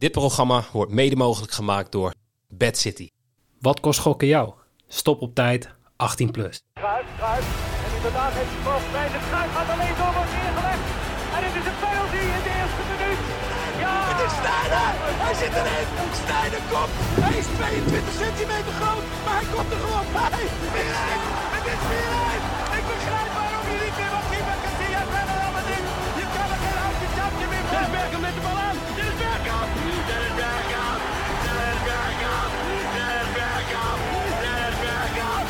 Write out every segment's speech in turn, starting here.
Dit programma wordt mede mogelijk gemaakt door Bad City. Wat kost gokken jou? Stop op tijd, 18 plus. Kruis. En inderdaad heeft hij boven bij de Kruis gaat alleen door, wordt neergelegd. En het is een penalty in de eerste minuut. Ja! Het is Sneijder! Hij zit erin! Sneijder komt! Hij is 22 centimeter groot, maar hij komt er gewoon bij! Het is 4-1! Ik begrijp waarom je niet meer mag keeper Casilla verder dan het is. Je kan er geen houtje tapje meer van. Dit is Bergkamp met de bal aan! Dit is Bergkamp! Dit is Bergkamp! Dit is Bergkamp! Dit is Bergkamp! Dit is Bergkamp!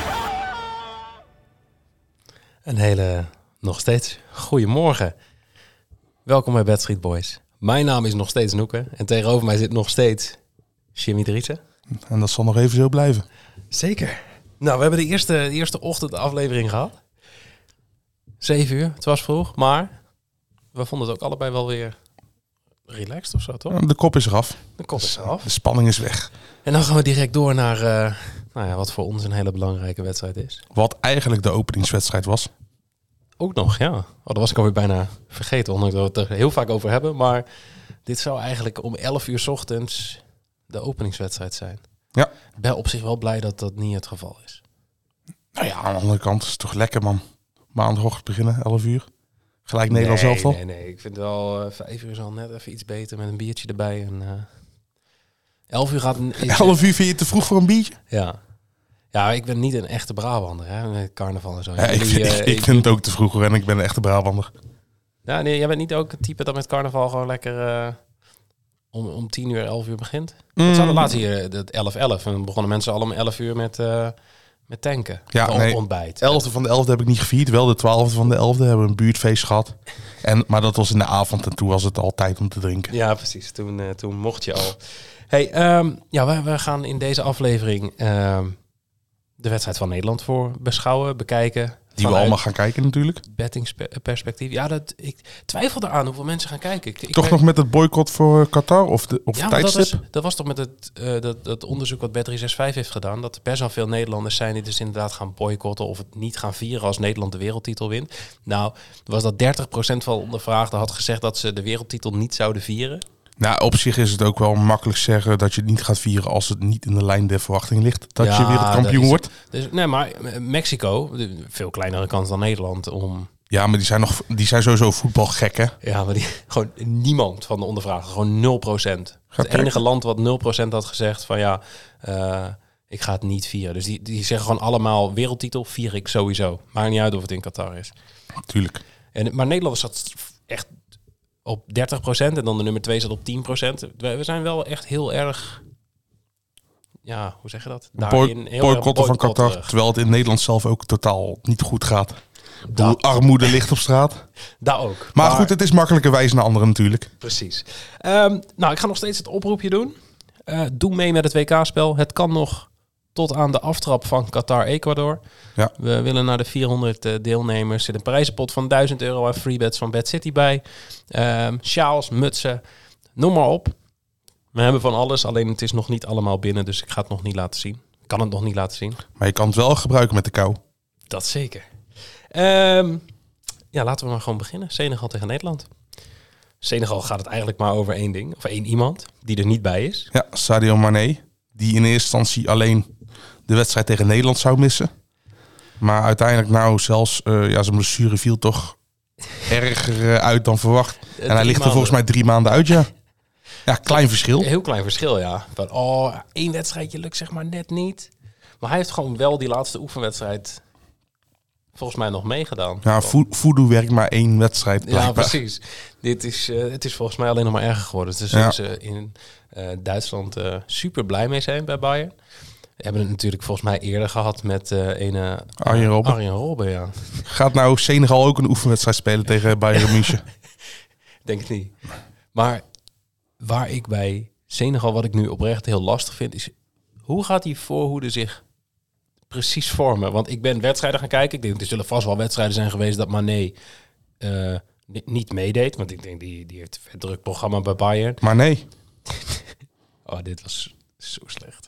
Een hele, nog steeds, goedemorgen. Welkom bij Bad Street Boys. Mijn naam is nog steeds Noeke en tegenover mij zit nog steeds Jimmy Driessen. En dat zal nog even zo blijven. Zeker. Nou, we hebben de eerste ochtend aflevering gehad. 7 uur, het was vroeg, maar we vonden het ook allebei wel weer relaxed of zo, toch? De kop is eraf. De kop is eraf. De spanning is weg. En dan gaan we direct door naar wat voor ons een hele belangrijke wedstrijd is. Wat eigenlijk de openingswedstrijd was. Ook nog, ja. Oh, dat was ik alweer bijna vergeten, ondanks dat we het er heel vaak over hebben. Maar dit zou eigenlijk om 11 uur 's ochtends de openingswedstrijd zijn. Ja. Ik ben op zich wel blij dat dat niet het geval is. Nou ja, aan de andere kant is het toch lekker, man. Maandagochtend beginnen, 11 uur. Gelijk Nederlands elftal. Nee. Ik vind wel 5 uur is al net even iets beter met een biertje erbij. En 11 uur gaat... 11 uur vind je te vroeg voor een biertje? Ja. Ja, ik ben niet een echte Brabander, hè, met carnaval en zo. Ja, ik vind het ook te vroeg hoor, en ik ben een echte Brabander. Ja, nee, jij bent niet ook het type dat met carnaval gewoon lekker om 10 uur, 11 uur begint? Dat hadden laatst hier het 11-11 en dan begonnen mensen al om 11 uur met tanken. Ja, nee, ontbijt. 11e van de 11e heb ik niet gevierd, wel de 12e van de 11e hebben we een buurtfeest gehad. Maar dat was in de avond en toen was het al tijd om te drinken. Ja, precies. Toen mocht je al. Hey, we gaan in deze aflevering de wedstrijd van Nederland voor beschouwen, bekijken. Die we allemaal gaan kijken natuurlijk. Bettingsperspectief. Ja, ik twijfel eraan hoeveel mensen gaan kijken. Toch nog met het boycott voor Qatar of tijdstip? Dat was toch met dat onderzoek wat Bet365 heeft gedaan. Dat er best wel veel Nederlanders zijn die dus inderdaad gaan boycotten of het niet gaan vieren als Nederland de wereldtitel wint. Nou, was dat 30% van de ondervraagden had gezegd dat ze de wereldtitel niet zouden vieren. Nou, op zich is het ook wel makkelijk zeggen dat je het niet gaat vieren als het niet in de lijn der verwachting ligt. Dat je wereldkampioen wordt. Dus, nee, maar Mexico, veel kleinere kans dan Nederland om... Ja, maar die zijn sowieso voetbalgekken. Ja, maar gewoon niemand van de ondervragen, gewoon 0%. Het enige land wat 0% had gezegd van ik ga het niet vieren. Dus die zeggen gewoon allemaal wereldtitel, vier ik sowieso. Maakt niet uit of het in Qatar is. Tuurlijk. Maar Nederland zat echt op 30% en dan de nummer 2 zat op 10%. We zijn wel echt heel erg... Ja, hoe zeg je dat? Boycotten van Qatar, terwijl het in Nederland zelf ook totaal niet goed gaat. Armoede ligt op straat. Daar ook. Maar goed, het is makkelijker wijzen naar anderen natuurlijk. Precies. Ik ga nog steeds het oproepje doen. Doe mee met het WK-spel. Het kan nog tot aan de aftrap van Qatar-Ecuador. Ja. We willen naar de 400 deelnemers. Er zit een prijzenpot van €1000 aan freebets van Bad City bij. Sjaals, mutsen, noem maar op. We hebben van alles, alleen het is nog niet allemaal binnen. Dus ik ga het nog niet laten zien. Ik kan het nog niet laten zien. Maar je kan het wel gebruiken met de kou. Dat zeker. Laten we maar gewoon beginnen. Senegal tegen Nederland. Senegal gaat het eigenlijk maar over één ding. Of één iemand die er niet bij is. Ja, Sadio Mané. Die in eerste instantie alleen de wedstrijd tegen Nederland zou missen. Maar uiteindelijk zelfs zijn blessure viel toch erger uit dan verwacht. En hij ligt er volgens mij 3 maanden uit, ja. Ja, klein verschil. Heel klein verschil, ja. Van, 1 wedstrijdje lukt zeg maar net niet. Maar hij heeft gewoon wel die laatste oefenwedstrijd volgens mij nog meegedaan. Ja, voodoo werkt maar 1 wedstrijd. Blijkbaar. Ja, precies. Het is volgens mij alleen nog maar erger geworden. Dus ze in Duitsland super blij mee zijn bij Bayern. We hebben het natuurlijk volgens mij eerder gehad met Arjen Robben, ja. Gaat nou Senegal ook een oefenwedstrijd spelen tegen Bayern München? Denk het niet. Maar waar ik bij Senegal, wat ik nu oprecht heel lastig vind, is hoe gaat die voorhoede zich precies vormen? Want ik ben wedstrijden gaan kijken. Ik denk, er zullen vast wel wedstrijden zijn geweest dat Mané niet meedeed. Want ik denk, die heeft een druk programma bij Bayern. Maar nee. Dit was zo slecht.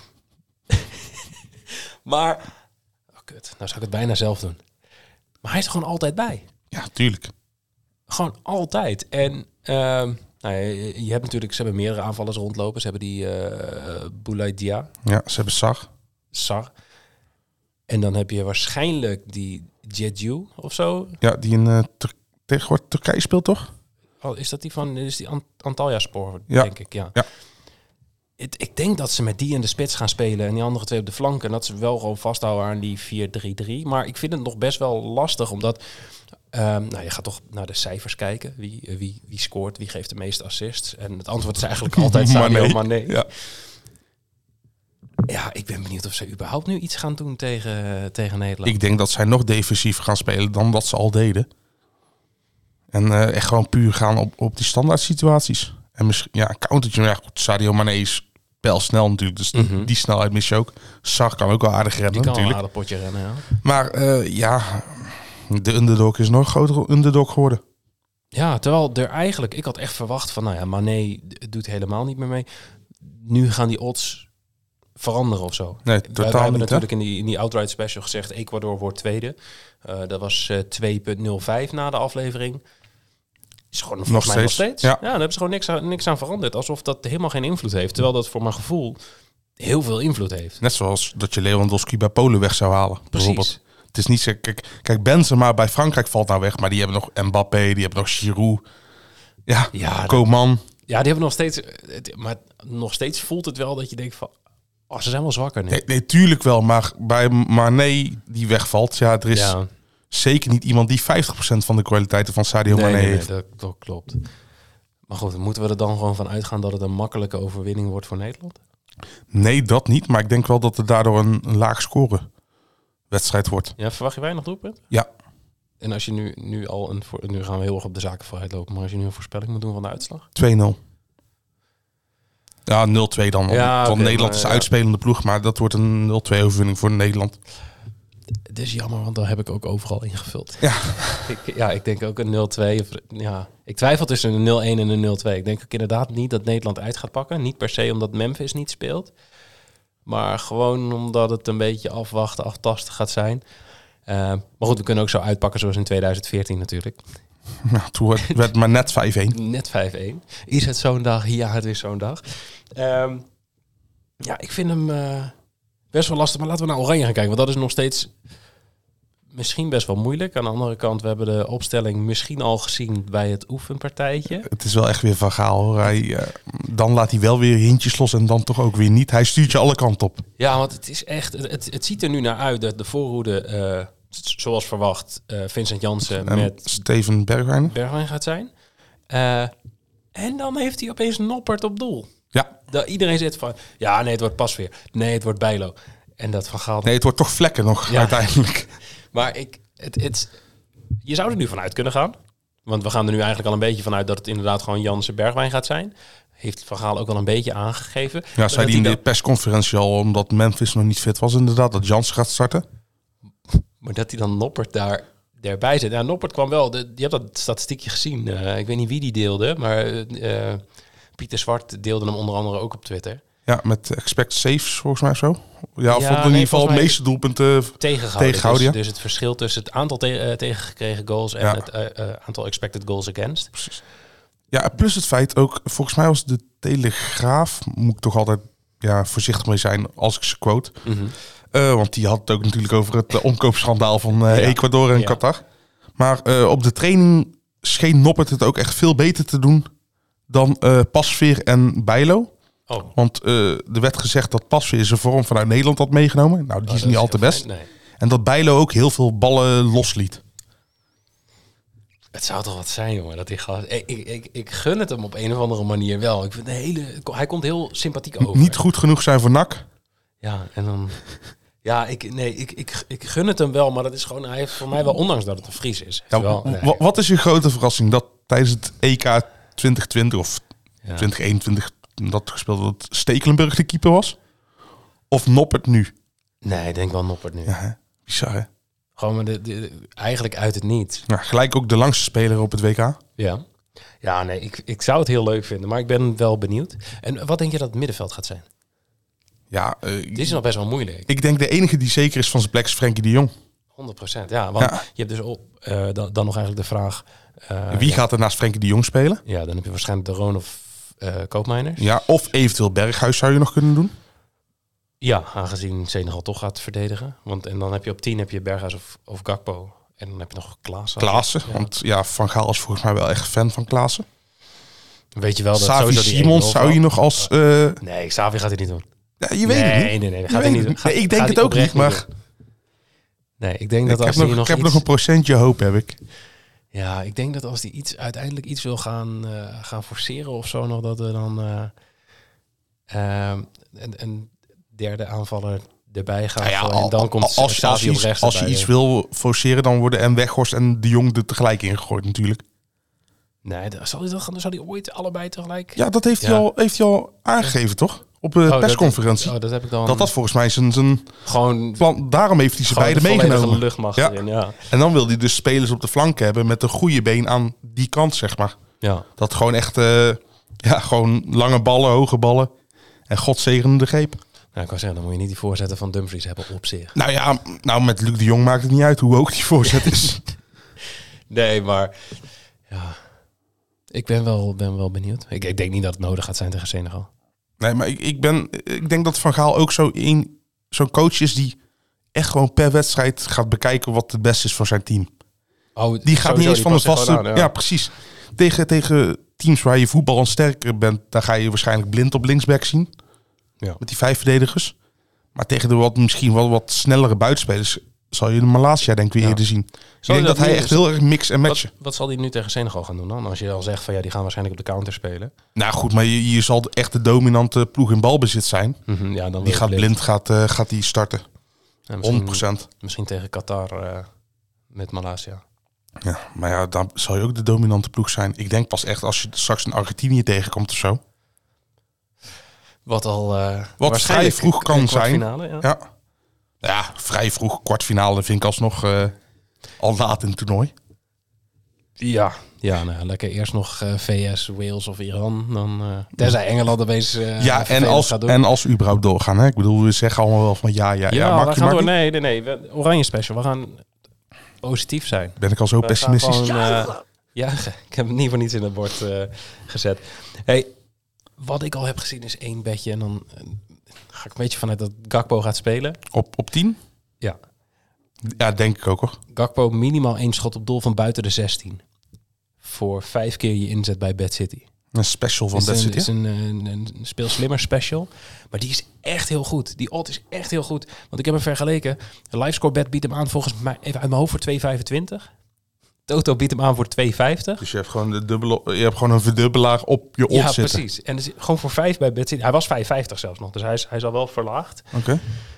Maar, kut. Nou zou ik het bijna zelf doen. Maar hij is er gewoon altijd bij. Ja, tuurlijk. Gewoon altijd. En Nou, je hebt natuurlijk, ze hebben meerdere aanvallers rondlopen. Ze hebben die Boulaye Dia, Ja, ze hebben Sar. En dan heb je waarschijnlijk die Jeju of zo. Ja, die in tegenwoordig Turkije speelt, toch? Oh, is die Antalyaspor, Ja. denk ik, ja. Ja. Ik denk dat ze met die in de spits gaan spelen en die andere twee op de flanken. En dat ze wel gewoon vasthouden aan die 4-3-3. Maar ik vind het nog best wel lastig, omdat... je gaat toch naar de cijfers kijken. Wie scoort, wie geeft de meeste assists. En het antwoord is eigenlijk altijd Sadio Mané. Ja, ik ben benieuwd of ze überhaupt nu iets gaan doen tegen Nederland. Ik denk dat zij nog defensiever gaan spelen dan wat ze al deden. En echt gewoon puur gaan op die standaard situaties. En misschien, een countertje. Ja, goed, Sadio Mané is pijlsnel natuurlijk. Dus die snelheid mis je ook. Sar kan ook wel aardig rennen Die kan natuurlijk. een aardig potje rennen, ja. Maar de underdog is nog een grotere underdog geworden. Ja, terwijl er eigenlijk... Ik had echt verwacht van, Mané doet helemaal niet meer mee. Nu gaan die odds veranderen of zo. Nee, Wij totaal hebben niet. natuurlijk in die outright special gezegd... Ecuador wordt tweede. Dat was 2,05 na de aflevering. Is gewoon volgens mij nog steeds. Ja. Daar hebben ze gewoon niks aan veranderd. Alsof dat helemaal geen invloed heeft. Terwijl dat voor mijn gevoel heel veel invloed heeft. Net zoals dat je Lewandowski bij Polen weg zou halen. Bijvoorbeeld. Precies. Het is niet zo... Kijk, Benzema bij Frankrijk valt nou weg. Maar die hebben nog Mbappé, die hebben nog Giroud. Ja, Coman. Ja, die hebben nog steeds... Maar nog steeds voelt het wel dat je denkt van... ze zijn wel zwakker nu. Nee, tuurlijk wel. Maar bij Mané die wegvalt... Ja, er is zeker niet iemand die 50% van de kwaliteiten van Sadio Mané heeft. Nee, dat klopt. Maar goed, moeten we er dan gewoon van uitgaan dat het een makkelijke overwinning wordt voor Nederland? Nee, dat niet. Maar ik denk wel dat het daardoor een laag scoren wedstrijd wordt. Ja, verwacht je weinig doelpunten? Ja. En als je nu al nu gaan we heel erg op de zaken vooruit lopen, maar als je nu een voorspelling moet doen van de uitslag? 2-0. Ja, 0-2 dan. Ja, want Nederland is uitspelende ploeg, maar dat wordt een 0-2 overwinning voor Nederland. Het is jammer, want daar heb ik ook overal ingevuld. Ja. Ik denk ook een 0-2. Ik twijfel tussen een 0-1 en een 0-2. Ik denk ook inderdaad niet dat Nederland uit gaat pakken. Niet per se omdat Memphis niet speelt. Maar gewoon omdat het een beetje afwachten, aftasten gaat zijn. Maar goed, we kunnen ook zo uitpakken zoals in 2014 natuurlijk. Ja, toen werd het maar net 5-1. Net 5-1. Is het zo'n dag? Ja, het is zo'n dag. Ik vind hem best wel lastig. Maar laten we naar Oranje gaan kijken. Want dat is nog steeds misschien best wel moeilijk. Aan de andere kant, we hebben de opstelling misschien al gezien bij het oefenpartijtje. Het is wel echt weer Van Gaal, hoor. Dan laat hij wel weer hintjes los en dan toch ook weer niet. Hij stuurt je alle kanten op. Ja, want het is echt... Het ziet er nu naar uit dat de voorhoede... zoals verwacht, Vincent Janssen met Steven Bergwijn gaat zijn. En dan heeft hij opeens Noppert op doel. Ja. Iedereen zit van, het wordt Pasveer. Nee, het wordt Bijlo. En dat Van Gaal... Nee, het wordt toch Vlekken nog uiteindelijk. Maar je zou er nu vanuit kunnen gaan. Want we gaan er nu eigenlijk al een beetje vanuit dat het inderdaad gewoon Janssen Bergwijn gaat zijn. Heeft Van Gaal ook wel een beetje aangegeven. Ja, zei hij in de persconferentie al, omdat Memphis nog niet fit was inderdaad, dat Janssen gaat starten. Maar dat hij dan Noppert daarbij zit. Ja, Noppert kwam wel. Je hebt dat statistiekje gezien. Ik weet niet wie die deelde, maar Pieter Zwart deelde hem onder andere ook op Twitter. Ja, met expect saves volgens mij of zo. Ja, of in ieder geval de meeste doelpunten tegengehouden. Dus het verschil tussen het aantal tegengekregen goals en het aantal expected goals against. Precies. Ja, plus het feit ook, volgens mij was de Telegraaf, moet ik toch altijd voorzichtig mee zijn als ik ze quote. Mm-hmm. Want die had het ook natuurlijk over het omkoopschandaal van Ecuador en Qatar. Maar op de training scheen Noppert het ook echt veel beter te doen dan Pasveer en Bijlo. Oh. Want er werd gezegd dat Pasveer zijn vorm vanuit Nederland had meegenomen. Nou, die is niet al te best. Nee. En dat Bijlo ook heel veel ballen losliet. Het zou toch wat zijn, jongen, dat hij gaat. Ik gun het hem op een of andere manier wel. Ik vind hij komt heel sympathiek over. Niet goed genoeg zijn voor NAC. Ja, en dan... Ja, ik gun het hem wel, maar dat is gewoon... Hij heeft voor mij wel, ondanks dat het een Fries is. Ja, wat is je grote verrassing? Dat tijdens het EK 2020 of 2021 dat gespeeld dat Stekelenburg de keeper was? Of Noppert nu? Nee, ik denk wel Noppert nu. Ja, bizar hè? Gewoon eigenlijk uit het niets. Ja, gelijk ook de langste speler op het WK. Ja, nee, ik zou het heel leuk vinden, maar ik ben wel benieuwd. En wat denk je dat het middenveld gaat zijn? Ja, dit is nog best wel moeilijk. Ik denk de enige die zeker is van zijn plek is Frenkie de Jong. 100%. Ja, want je hebt dus dan nog eigenlijk de vraag... Wie gaat er naast Frenkie de Jong spelen? Ja, dan heb je waarschijnlijk de Roon of Koopmeiners. Ja, of eventueel Berghuis zou je nog kunnen doen. Ja, aangezien Senegal toch gaat verdedigen. En dan heb je op 10 heb je Berghuis of Gakpo. En dan heb je nog Klaassen. Ja. Want Van Gaal is volgens mij wel echt fan van Klaassen. Weet je wel dat Xavi Simons zou je nog als... Nee, Xavi gaat het niet doen. Ja, je weet het niet. Nee, dat gaat hij niet doen. Ik denk het ook niet, maar... Nee, ik denk dat als hij nog... Ik heb nog een procentje hoop, heb ik. Ja, ik denk dat als hij uiteindelijk iets wil gaan forceren of zo nog, dat er dan een derde aanvaller erbij gaat. En dan komt Xavi op rechts. Als je iets wil forceren, dan worden en Weghorst en de Jong er tegelijk ingegooid natuurlijk. Nee, zal hij ooit allebei tegelijk? Ja, dat heeft hij al aangegeven, toch? Op de persconferentie. Dat heb ik dan... Dat volgens mij zijn gewoon plan. Daarom heeft hij ze beide meegenomen. Luchtmacht erin, ja. En dan wil hij dus spelers op de flank hebben met een goede been aan die kant, zeg maar. Ja. Dat gewoon echt, gewoon lange ballen, hoge ballen. En God zegene de greep. Nou, ik kan zeggen, dan moet je niet die voorzetten van Dumfries hebben op zich. Nou ja, met Luc de Jong maakt het niet uit hoe hoog die voorzet is. Nee, maar ja, ik ben wel benieuwd. Ik denk niet dat het nodig gaat zijn tegen Senegal. Nee, maar ik denk dat Van Gaal ook zo'n coach is die echt gewoon per wedstrijd gaat bekijken wat het beste is voor zijn team. Die gaat niet eens van de vaste... Ja, precies. Tegen teams waar je voetbal sterker bent, daar ga je waarschijnlijk blind op linksback zien. Ja. Met die 5 verdedigers. Maar tegen de misschien wel wat snellere buitenspelers zal je de Malaysia denk ik weer eerder zien. Ik denk dat hij echt heel erg mix en matchen. Wat zal hij nu tegen Senegal gaan doen dan? Als je al zegt van die gaan waarschijnlijk op de counter spelen. Nou goed, maar je zal echt de dominante ploeg in balbezit zijn. Ja, dan die gaat blind gaat die starten. Ja, 100%. Misschien tegen Qatar met Malaysia. Ja, maar ja, dan zal je ook de dominante ploeg zijn. Ik denk pas echt als je straks een Argentinië tegenkomt of zo. Wat vrij vroeg kan zijn. Ja, vrij vroeg kwartfinale vind ik alsnog al laat in het toernooi. Ja, lekker eerst nog VS, Wales of Iran. Dan tenzij Engeland opeens en als überhaupt doorgaan. Hè? Ik bedoel, we zeggen allemaal wel van ja, we gaan door. Nee. Oranje special. We gaan positief zijn. Ben ik al zo pessimistisch? Ik heb het niet voor niets in het bord gezet. Hey, wat ik al heb gezien is 1 bedje. En dan ga ik een beetje vanuit dat Gakpo gaat spelen. Op 10? Ja. Ja, denk ik ook hoor. Gakpo minimaal 1 schot op doel van buiten de 16. Voor 5 keer je inzet bij Bad City. Een special van Bad City? Het is een speel slimmer special. Maar die is echt heel goed. Die odd is echt heel goed. Want ik heb hem vergeleken. De livescore bet biedt hem aan volgens mij even uit mijn hoofd voor 2,25. Toto biedt hem aan voor 2,50. Dus je hebt gewoon je hebt gewoon een verdubbelaar op je odds zitten. Ja, precies. En dus gewoon voor 5 bij Bad City. Hij was 5,50 zelfs nog. Dus hij is al wel verlaagd. Oké.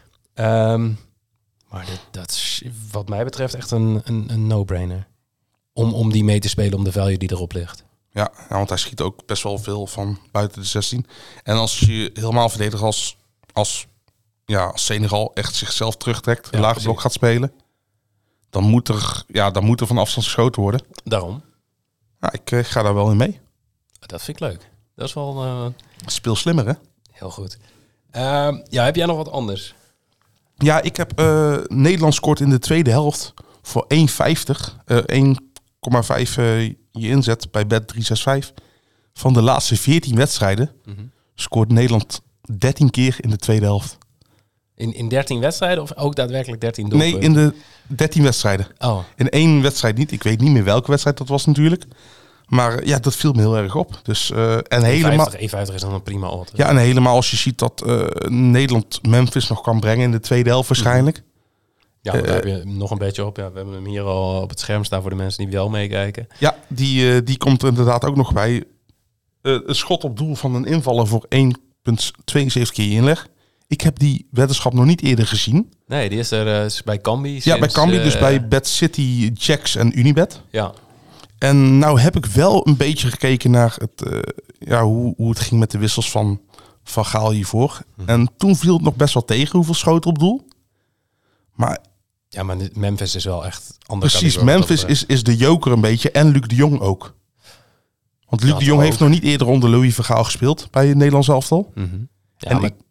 Maar dat is wat mij betreft echt een no-brainer. Om die mee te spelen, om de value die erop ligt. Ja, want hij schiet ook best wel veel van buiten de 16. En als je helemaal verdedigt als Senegal echt zichzelf terugtrekt, een lage blok gaat spelen, dan moet er van afstand geschoten worden. Daarom. Ja, ik ga daar wel in mee. Dat vind ik leuk. Dat is wel... Speel slimmer, hè? Heel goed. Heb jij nog wat anders? Ja, ik heb Nederland scoort in de tweede helft voor 1,50. 1,5 je inzet bij Bet365. Van de laatste 14 wedstrijden scoort Nederland 13 keer in de tweede helft. In 13 wedstrijden of ook daadwerkelijk 13 doelpunten? Nee, in de 13 wedstrijden. Oh. In 1 wedstrijd niet. Ik weet niet meer welke wedstrijd dat was natuurlijk. Maar ja, dat viel me heel erg op. Dus, en 1,50 is dan een prima odd. Ja, en helemaal als je ziet dat Nederland Memphis nog kan brengen in de tweede helft waarschijnlijk. Ja, daar heb je nog een beetje op. Ja, we hebben hem hier al op het scherm staan voor de mensen die wel meekijken. Ja, die komt er inderdaad ook nog bij. Een schot op doel van een invaller voor 1,72 keer inleg. Ik heb die weddenschap nog niet eerder gezien. Nee, die is er is bij Kambi. Ja, bij Kambi, dus bij Bet City, Jacks en Unibet. Ja. En nou heb ik wel een beetje gekeken naar hoe het ging met de wissels van Gaal hiervoor. En toen viel het nog best wel tegen hoeveel schoten op doel. Maar ja, maar Memphis is wel echt anders. Precies, Memphis is de joker een beetje en Luc de Jong ook. Want Luc de Jong heeft nog niet eerder onder Louis van Gaal gespeeld bij het Nederlands elftal.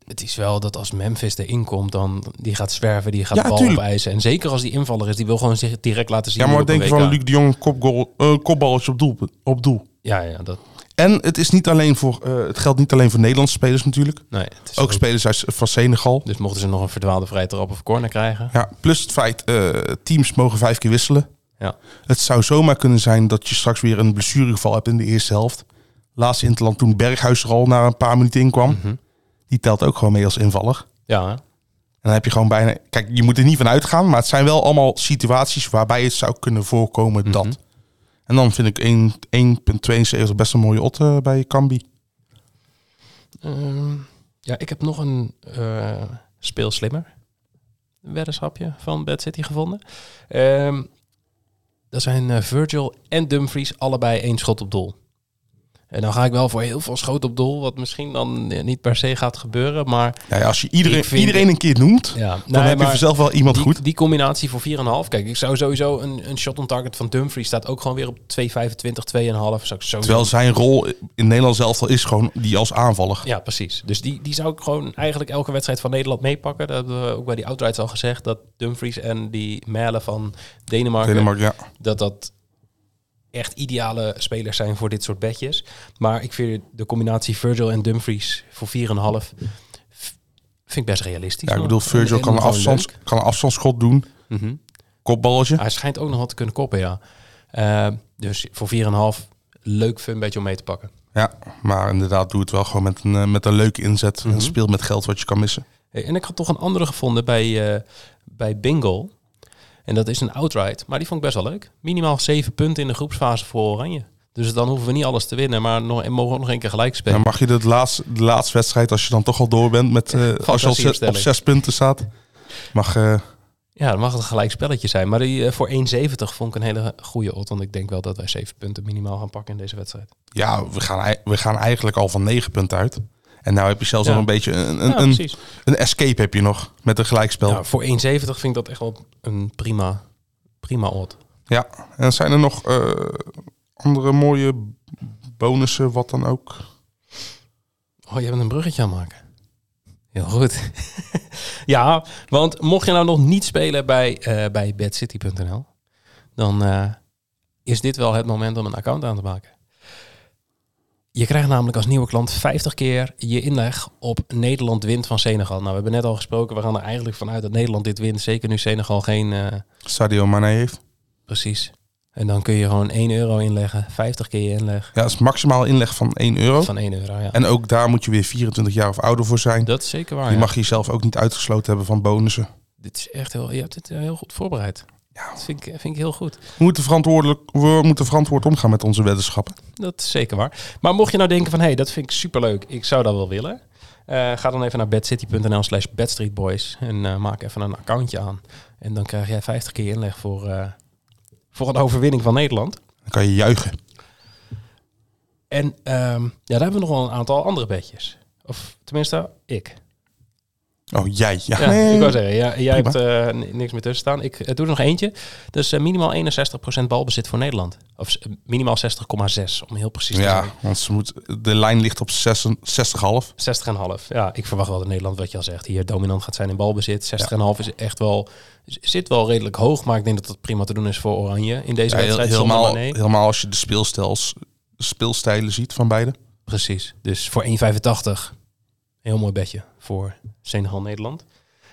het is wel dat als Memphis erin komt, dan die gaat zwerven, die gaat Ja, de bal tuurlijk. opeisen. En zeker als die invaller is, die wil gewoon zich direct laten zien. Ja, maar op een denk je van WK. Luc de Jong kopballetje op doel. Ja, dat... En het is niet alleen het geldt niet alleen voor Nederlandse spelers natuurlijk. Nee, het is Ook spelers van Senegal. Dus mochten ze nog een verdwaalde vrije trap of corner krijgen. Ja, plus het feit, teams mogen 5 keer wisselen. Ja. Het zou zomaar kunnen zijn dat je straks weer een blessuregeval hebt in de eerste helft. Laatste interland toen Berghuis er al na een paar minuten in kwam. Mhm. Die telt ook gewoon mee als invaller. Ja, hè? En dan heb je gewoon bijna... Kijk, je moet er niet van uitgaan, maar het zijn wel allemaal situaties waarbij het zou kunnen voorkomen dat. En dan vind ik 1,72 best een mooie otter bij Cambi. Ja, ik heb nog een speel slimmer weddenschapje van Bad City gevonden. Dat zijn Virgil en Dumfries allebei 1 schot op doel. En dan ga ik wel voor heel veel schoten op doel, wat misschien dan niet per se gaat gebeuren, maar... Ja, als je Ik vind- iedereen een keer noemt, Ja, dan heb je zelf wel iemand goed. Die combinatie voor 4,5. Kijk, ik zou sowieso een shot on target van Dumfries staat ook gewoon weer op 2,25, 2,5. Zou ik sowieso... Terwijl zijn rol in Nederland zelf al is gewoon die als aanvaller. Ja, precies. Dus die zou ik gewoon eigenlijk elke wedstrijd van Nederland meepakken. Dat hebben we ook bij die outrights al gezegd. Dat Dumfries en die Melle van Denemarken, Ja. dat echt ideale spelers zijn voor dit soort bedjes. Maar ik vind de combinatie Virgil en Dumfries voor 4,5 vind ik best realistisch. Ja, ik nog. bedoel, Virgil En kan gewoon een afstandsschot doen. leuk. Mhm. Kopballetje. Hij schijnt ook nog wat te kunnen koppen, ja. Dus voor 4,5 leuk fun beetje om mee te pakken. Ja, maar inderdaad, doe het wel gewoon met een leuke inzet. En speel met geld wat je kan missen. Hey, en ik had toch een andere gevonden bij Bingo. En dat is een outright, maar die vond ik best wel leuk. Minimaal 7 punten in de groepsfase voor Oranje. Dus dan hoeven we niet alles te winnen, maar mogen we ook nog 1 keer gelijk spelen. Dan mag je de laatste wedstrijd, als je dan toch al door bent, met als je al op 6 punten staat, mag... Ja, dan mag het een gelijk spelletje zijn. Maar die voor 1,70 vond ik een hele goede odd. Want ik denk wel dat wij 7 punten minimaal gaan pakken in deze wedstrijd. Ja, we gaan eigenlijk al van 9 punten uit. En nou heb je zelfs nog een beetje een escape heb je nog met een gelijkspel. Ja, voor 1,70 vind ik dat echt wel een prima odd. Ja, en zijn er nog andere mooie bonussen, wat dan ook? Oh, je bent een bruggetje aan het maken. Heel goed. Ja, want mocht je nou nog niet spelen bij badcity.nl, dan is dit wel het moment om een account aan te maken. Je krijgt namelijk als nieuwe klant 50 keer je inleg op Nederland wint van Senegal. Nou, we hebben net al gesproken, we gaan er eigenlijk vanuit dat Nederland dit wint. Zeker nu Senegal geen... Sadio Mané heeft. Precies. En dan kun je gewoon €1 inleggen, 50 keer je inleg. Ja, dat is maximaal inleg van €1. Van €1, ja. En ook daar moet je weer 24 jaar of ouder voor zijn. Dat is zeker waar, Je mag jezelf ook niet uitgesloten hebben van bonussen. Dit is echt je hebt het heel goed voorbereid. Ja. Dat vind ik heel goed. We moeten verantwoord omgaan met onze weddenschappen. Dat is zeker waar. Maar mocht je nou denken van, hey, dat vind ik superleuk. Ik zou dat wel willen. Ga dan even naar badcity.nl/badstreetboys en maak even een accountje aan. En dan krijg jij 50 keer inleg voor een overwinning van Nederland. Dan kan je juichen. En daar hebben we nog wel een aantal andere bedjes. Of tenminste, ik. Oh, jij. Ja, Ja, nee. ik wou zeggen, jij Prima. hebt niks meer tussen staan. Ik doe er nog eentje. Dus minimaal 61% balbezit voor Nederland. Of minimaal 60,6 om heel precies te zijn. Ja, want de lijn ligt op 60,5. 60,5. Ja, ik verwacht wel dat Nederland, wat je al zegt, hier dominant gaat zijn in balbezit. 60,5 is echt wel, zit wel redelijk hoog, maar ik denk dat het prima te doen is voor Oranje in deze wedstrijd. Helemaal als je de speelstijlen ziet van beide. Precies. Dus voor 1,85 heel mooi bedje voor Senegal-Nederland.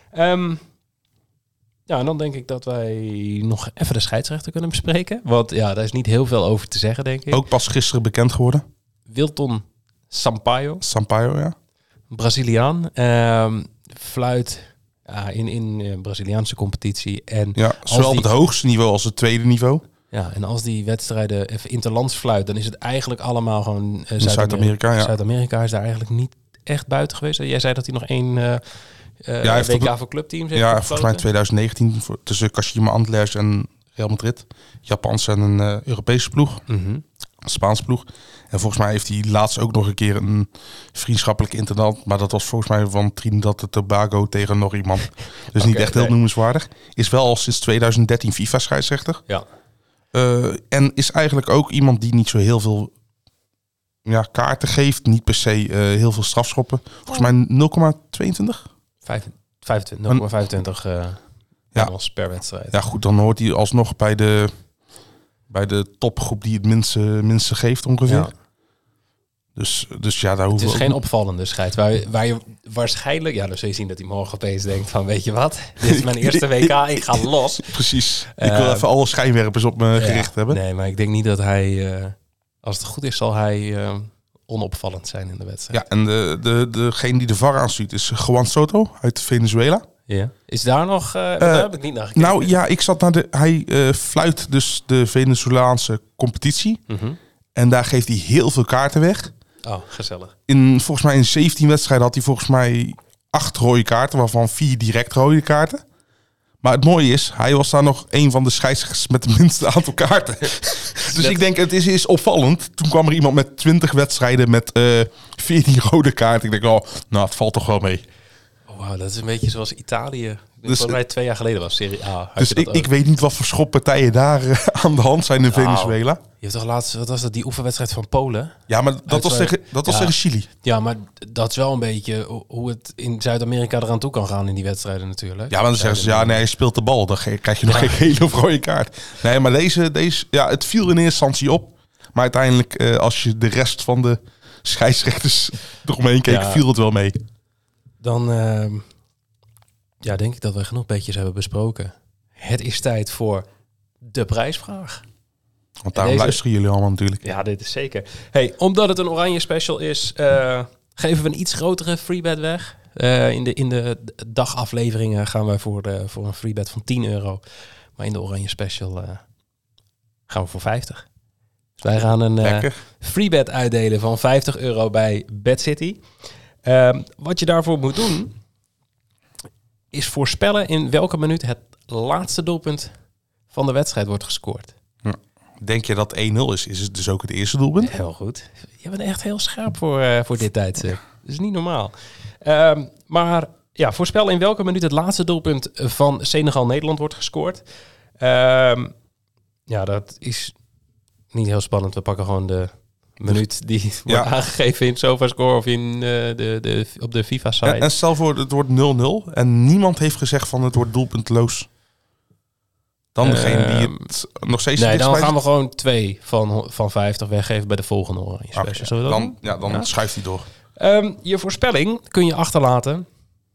Ja, en dan denk ik dat wij nog even de scheidsrechter kunnen bespreken. Want ja, daar is niet heel veel over te zeggen, denk ik. Ook pas gisteren bekend geworden. Wilton Sampaio. Sampaio, ja. Braziliaan. Fluit in Braziliaanse competitie. En Ja, zowel op het hoogste niveau als het tweede niveau. Ja, en als die wedstrijden even interlands fluit, dan is het eigenlijk allemaal gewoon Zuid-Amerika. Ja. Zuid-Amerika is daar eigenlijk niet echt buiten geweest. Jij zei dat hij nog één WK voor clubteams heeft Ja, gefloten. volgens mij 2019 tussen Kashima Antlers en Real Madrid. Japanse en een Europese ploeg. Mm-hmm. Een Spaanse ploeg. En volgens mij heeft hij laatst ook nog een keer een vriendschappelijk interland. Maar dat was volgens mij van Trinidad en Tobago tegen nog iemand. Dus niet echt heel noemenswaardig. Is wel al sinds 2013 FIFA-scheidsrechter. Ja. En is eigenlijk ook iemand die niet zo heel veel kaarten geeft. Niet per se heel veel strafschoppen. Volgens mij 0,22. 0,25 panels per wedstrijd. Ja goed, dan hoort hij alsnog bij de topgroep die het minste geeft ongeveer. Ja. Dus ja, daar hoeven het is geen opvallende scheid. Waar je waarschijnlijk... Ja, dan zul je zien dat hij morgen opeens denkt van... Weet je wat? Dit is mijn eerste WK. Ik ga los. Precies. Ik wil even alle schijnwerpers op me gericht hebben. Nee, maar ik denk niet dat hij... als het goed is, zal hij onopvallend zijn in de wedstrijd. Ja, en degene die de VAR aanstuurt is Juan Soto uit Venezuela. Ja. Is daar nog... daar heb ik niet naar gekeken. Nou ja, ik zat naar hij fluit dus de Venezolaanse competitie. Mm-hmm. En daar geeft hij heel veel kaarten weg. Oh, gezellig. Volgens mij in 17 wedstrijden had hij volgens mij 8 rode kaarten, waarvan 4 direct rode kaarten. Maar het mooie is, hij was daar nog een van de scheidsrechters met het minste aantal kaarten. Dus ik denk, het is opvallend. Toen kwam er iemand met 20 wedstrijden met 14 rode kaarten. Ik denk, het valt toch wel mee. Oh, wauw, dat is een beetje zoals Italië. Volgens mij 2 jaar geleden was Serie A. Dus ik weet niet wat voor schoppartijen daar aan de hand zijn in Venezuela. Je hebt toch laatst, wat was dat, die oefenwedstrijd van Polen? Ja, maar dat was tegen Chili. Ja, maar dat is wel een beetje hoe het in Zuid-Amerika eraan toe kan gaan in die wedstrijden natuurlijk. Ja, maar dan zeggen ze, je speelt de bal. Dan krijg je nog geen gele of rode kaart. Nee, maar deze, het viel in eerste instantie op. Maar uiteindelijk, als je de rest van de scheidsrechters eromheen keek, viel het wel mee. Dan denk ik dat we genoeg beetjes hebben besproken. Het is tijd voor de prijsvraag. Want daarom luisteren jullie allemaal natuurlijk. Ja, dit is zeker. Hey, omdat het een oranje special is, geven we een iets grotere freebet weg. In de dagafleveringen gaan we voor een freebet van €10. Maar in de oranje special gaan we voor 50. Dus wij gaan een freebet uitdelen van €50 bij BadCity. Wat je daarvoor moet doen, is voorspellen in welke minuut het laatste doelpunt van de wedstrijd wordt gescoord. Ja. Denk je dat 1-0 is? Is het dus ook het eerste doelpunt? Heel goed. Je bent echt heel scherp voor dit tijdstip. Dat is niet normaal. Maar ja, voorspel in welke minuut het laatste doelpunt van Senegal-Nederland wordt gescoord. Dat is niet heel spannend. We pakken gewoon de minuut die wordt aangegeven in SofaScore of in op de FIFA-site. En stel voor, het wordt 0-0 en niemand heeft gezegd van het wordt doelpuntloos. Dan degene die het nog steeds... Nee, dan gaan we gewoon 2 van 50 weggeven bij de volgende oranje special. Okay, dan schuift hij door. Je voorspelling kun je achterlaten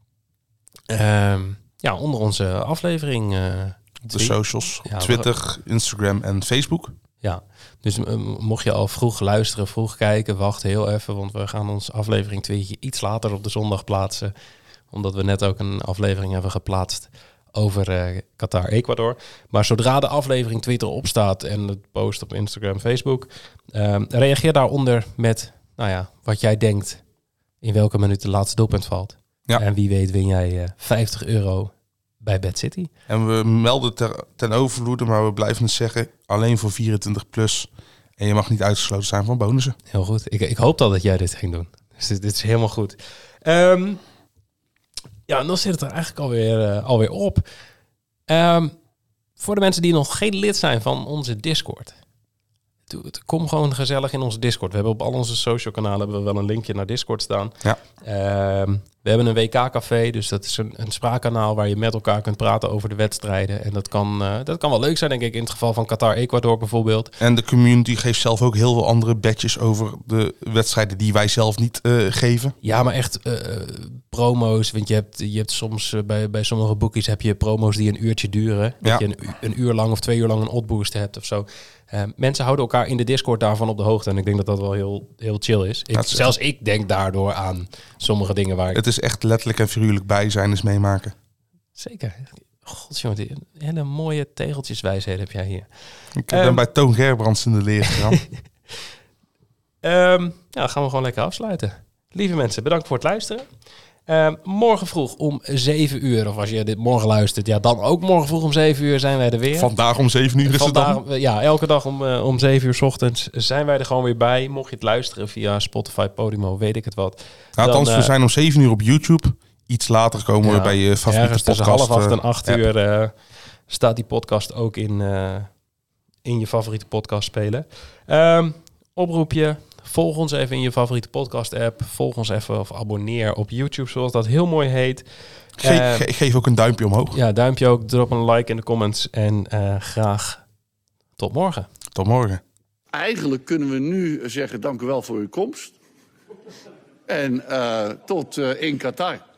onder onze aflevering. De socials, Twitter, Instagram en Facebook. Ja, dus mocht je al vroeg luisteren, vroeg kijken, wacht heel even. Want we gaan ons aflevering 2 iets later op de zondag plaatsen. Omdat we net ook een aflevering hebben geplaatst over Qatar-Ecuador. Maar zodra de aflevering Twitter opstaat en het post op Instagram, Facebook, reageer daaronder met wat jij denkt in welke minuut de laatste doelpunt valt. Ja. En wie weet win jij €50 bij BadCity. En we melden ten overvloede, maar we blijven het zeggen, alleen voor 24+. En je mag niet uitgesloten zijn van bonussen. Heel goed. Ik hoop dat jij dit ging doen. Dus dit is helemaal goed. En dan zit het er eigenlijk alweer op. Voor de mensen die nog geen lid zijn van onze Discord. Kom gewoon gezellig in onze Discord. We hebben op al onze social kanalen hebben we wel een linkje naar Discord staan. Ja. We hebben een WK-café, dus dat is een spraakkanaal waar je met elkaar kunt praten over de wedstrijden. En dat kan wel leuk zijn, denk ik, in het geval van Qatar-Ecuador bijvoorbeeld. En de community geeft zelf ook heel veel andere badges over de wedstrijden die wij zelf niet geven. Ja, maar echt promo's. Want je hebt soms bij sommige boekies heb je promo's die een uurtje duren. Dat je een uur lang of 2 uur lang een oddboost hebt of zo. Mensen houden elkaar in de Discord daarvan op de hoogte. En ik denk dat dat wel heel, heel chill is. Zelfs ik denk daardoor aan sommige dingen waar Het is echt letterlijk en figuurlijk bij zijn is meemaken. Zeker. Godsjongen, hele mooie tegeltjeswijsheden heb jij hier. Ik ben bij Toon Gerbrands in de leer gegaan. Dan gaan we gewoon lekker afsluiten. Lieve mensen, bedankt voor het luisteren. Morgen vroeg om 7 uur, of als je dit morgen luistert, dan ook morgen vroeg om 7 uur zijn wij er weer. Vandaag om 7 uur is het dan? Ja, elke dag om 7 uur 's ochtends zijn wij er gewoon weer bij. Mocht je het luisteren via Spotify, Podimo, weet ik het wat. Althans, we zijn om 7 uur op YouTube. Iets later komen we bij je favoriete podcast. Tussen 7:30 en 8 uur staat die podcast ook in je favoriete podcast spelen. Oproepje. Volg ons even in je favoriete podcast-app. Volg ons even of abonneer op YouTube, zoals dat heel mooi heet. Geef ook een duimpje omhoog. Ja, duimpje ook. Drop een like in de comments. En graag tot morgen. Tot morgen. Eigenlijk kunnen we nu zeggen dank u wel voor uw komst. En tot in Qatar.